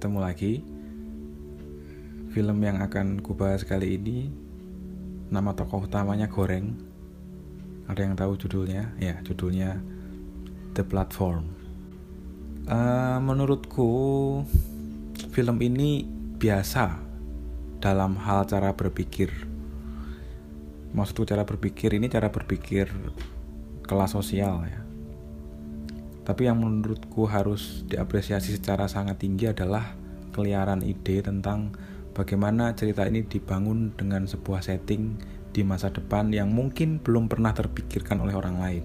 ketemu lagi. Film yang akan kubahas kali ini, nama tokoh utamanya Goreng. Ada yang tahu judulnya? Ya, judulnya The Platform. Menurutku film ini biasa dalam hal cara berpikir. Maksudku cara berpikir ini cara berpikir kelas sosial ya. Tapi yang menurutku harus diapresiasi secara sangat tinggi adalah keliaran ide tentang bagaimana cerita ini dibangun dengan sebuah setting di masa depan yang mungkin belum pernah terpikirkan oleh orang lain.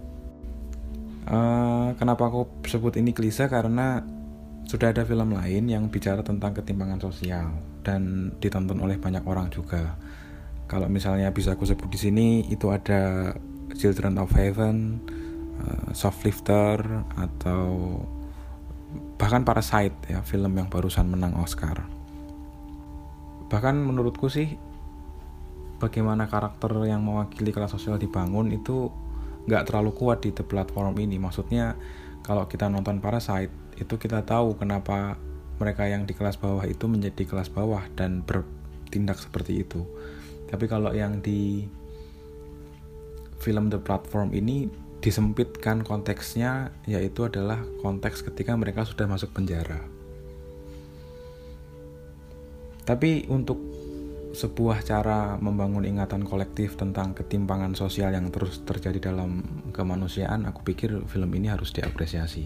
Kenapa aku sebut ini klise? Karena sudah ada film lain yang bicara tentang ketimpangan sosial dan ditonton oleh banyak orang juga. Kalau misalnya bisa aku sebut di sini, itu ada Children of Heaven, Shoplifter, atau bahkan Parasite ya, film yang barusan menang Oscar. Bahkan menurutku sih bagaimana karakter yang mewakili kelas sosial dibangun itu gak terlalu kuat di The Platform ini. Maksudnya kalau kita nonton Parasite itu kita tahu kenapa mereka yang di kelas bawah itu menjadi kelas bawah dan bertindak seperti itu. Tapi kalau yang di film The Platform ini disempitkan konteksnya, yaitu adalah konteks ketika mereka sudah masuk penjara. Tapi untuk sebuah cara membangun ingatan kolektif tentang ketimpangan sosial yang terus terjadi dalam kemanusiaan, aku pikir film ini harus diapresiasi.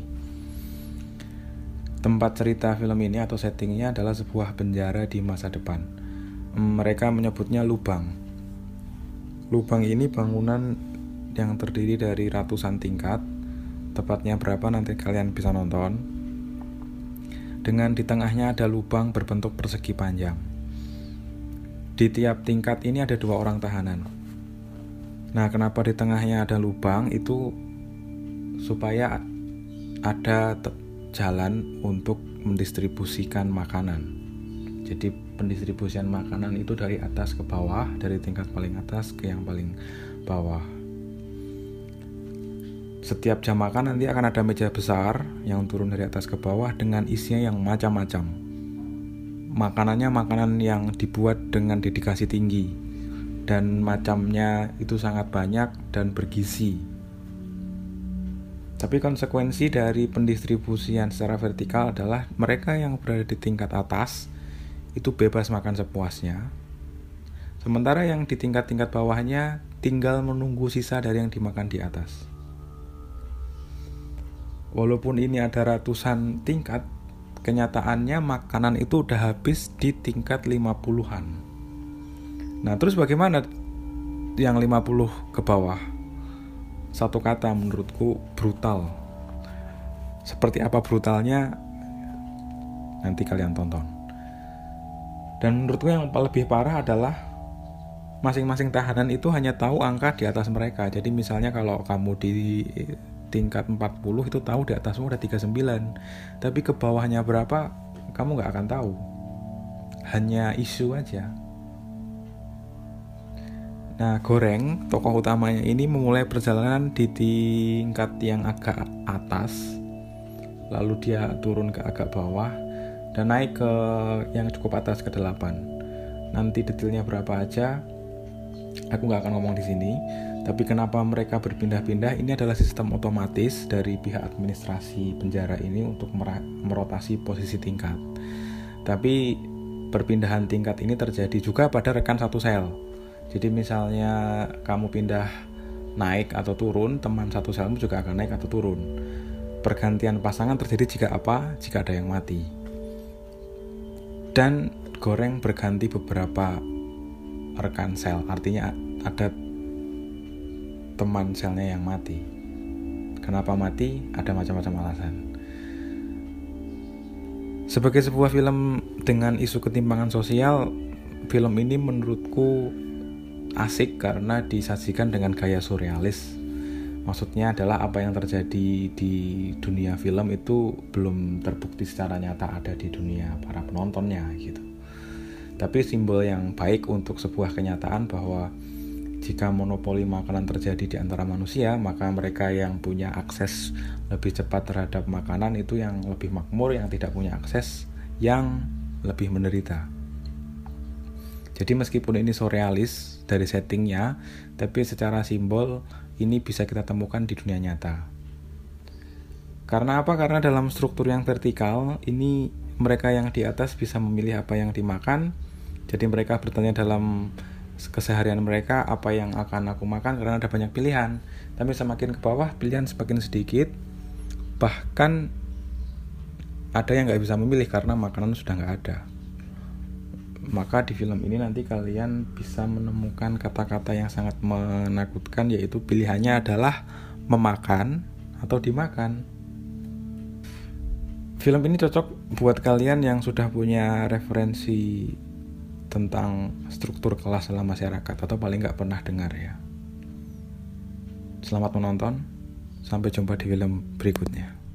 Tempat cerita film ini atau settingnya adalah sebuah penjara di masa depan. Mereka menyebutnya lubang. Lubang ini bangunan yang terdiri dari ratusan tingkat. Tepatnya berapa nanti kalian bisa nonton. Dengan di tengahnya ada lubang berbentuk persegi panjang. Di tiap tingkat ini ada 2 orang tahanan. Nah, kenapa di tengahnya ada lubang? Itu supaya ada jalan untuk mendistribusikan makanan. Jadi pendistribusian makanan itu dari atas ke bawah, dari tingkat paling atas ke yang paling bawah. Setiap jam makan nanti akan ada meja besar yang turun dari atas ke bawah dengan isinya yang macam-macam. Makanannya makanan yang dibuat dengan dedikasi tinggi dan macamnya itu sangat banyak dan bergizi. Tapi konsekuensi dari pendistribusian secara vertikal adalah mereka yang berada di tingkat atas itu bebas makan sepuasnya. Sementara yang di tingkat-tingkat bawahnya tinggal menunggu sisa dari yang dimakan di atas. Walaupun ini ada ratusan tingkat, kenyataannya makanan itu udah habis di tingkat 50-an. Nah, terus bagaimana yang 50 ke bawah? Satu kata menurutku, brutal. Seperti apa brutalnya? Nanti kalian tonton. Dan menurutku yang lebih parah adalah masing-masing tahanan itu hanya tahu angka di atas mereka. Jadi misalnya kalau kamu di tingkat 40 itu tahu di atasmu udah 39, tapi ke bawahnya berapa kamu gak akan tahu, hanya isu aja. Nah, Goreng, tokoh utamanya ini memulai perjalanan di tingkat yang agak atas, lalu dia turun ke agak bawah dan naik ke yang cukup atas ke 8. Nanti detailnya berapa aja aku gak akan ngomong di sini. Tapi kenapa mereka berpindah-pindah? Ini adalah sistem otomatis dari pihak administrasi penjara ini untuk merotasi posisi tingkat. Tapi perpindahan tingkat ini terjadi juga pada rekan satu sel. Jadi misalnya kamu pindah naik atau turun, teman satu selmu juga akan naik atau turun. Pergantian pasangan terjadi jika apa? Jika ada yang mati. Dan Goreng berganti beberapa rekan sel, artinya ada teman selnya yang mati. Kenapa mati? Ada macam-macam alasan. Sebagai sebuah film dengan isu ketimpangan sosial, film ini menurutku asik karena disajikan dengan gaya surrealis. Maksudnya adalah apa yang terjadi di dunia film itu belum terbukti secara nyata ada di dunia para penontonnya gitu. Tapi simbol yang baik untuk sebuah kenyataan bahwa jika monopoli makanan terjadi di antara manusia, maka mereka yang punya akses lebih cepat terhadap makanan itu yang lebih makmur, yang tidak punya akses yang lebih menderita. Jadi meskipun ini surrealis dari settingnya, tapi secara simbol ini bisa kita temukan di dunia nyata. Karena apa? Karena dalam struktur yang vertikal, ini mereka yang di atas bisa memilih apa yang dimakan. Jadi mereka bertanya dalam keseharian mereka, apa yang akan aku makan, karena ada banyak pilihan. Tapi semakin ke bawah, pilihan semakin sedikit. Bahkan ada yang gak bisa memilih karena makanan sudah gak ada. Maka di film ini nanti kalian bisa menemukan kata-kata yang sangat menakutkan, yaitu pilihannya adalah memakan atau dimakan. Film ini cocok buat kalian yang sudah punya referensi tentang struktur kelas dalam masyarakat, atau paling gak pernah dengar ya. Selamat menonton, sampai jumpa di film berikutnya.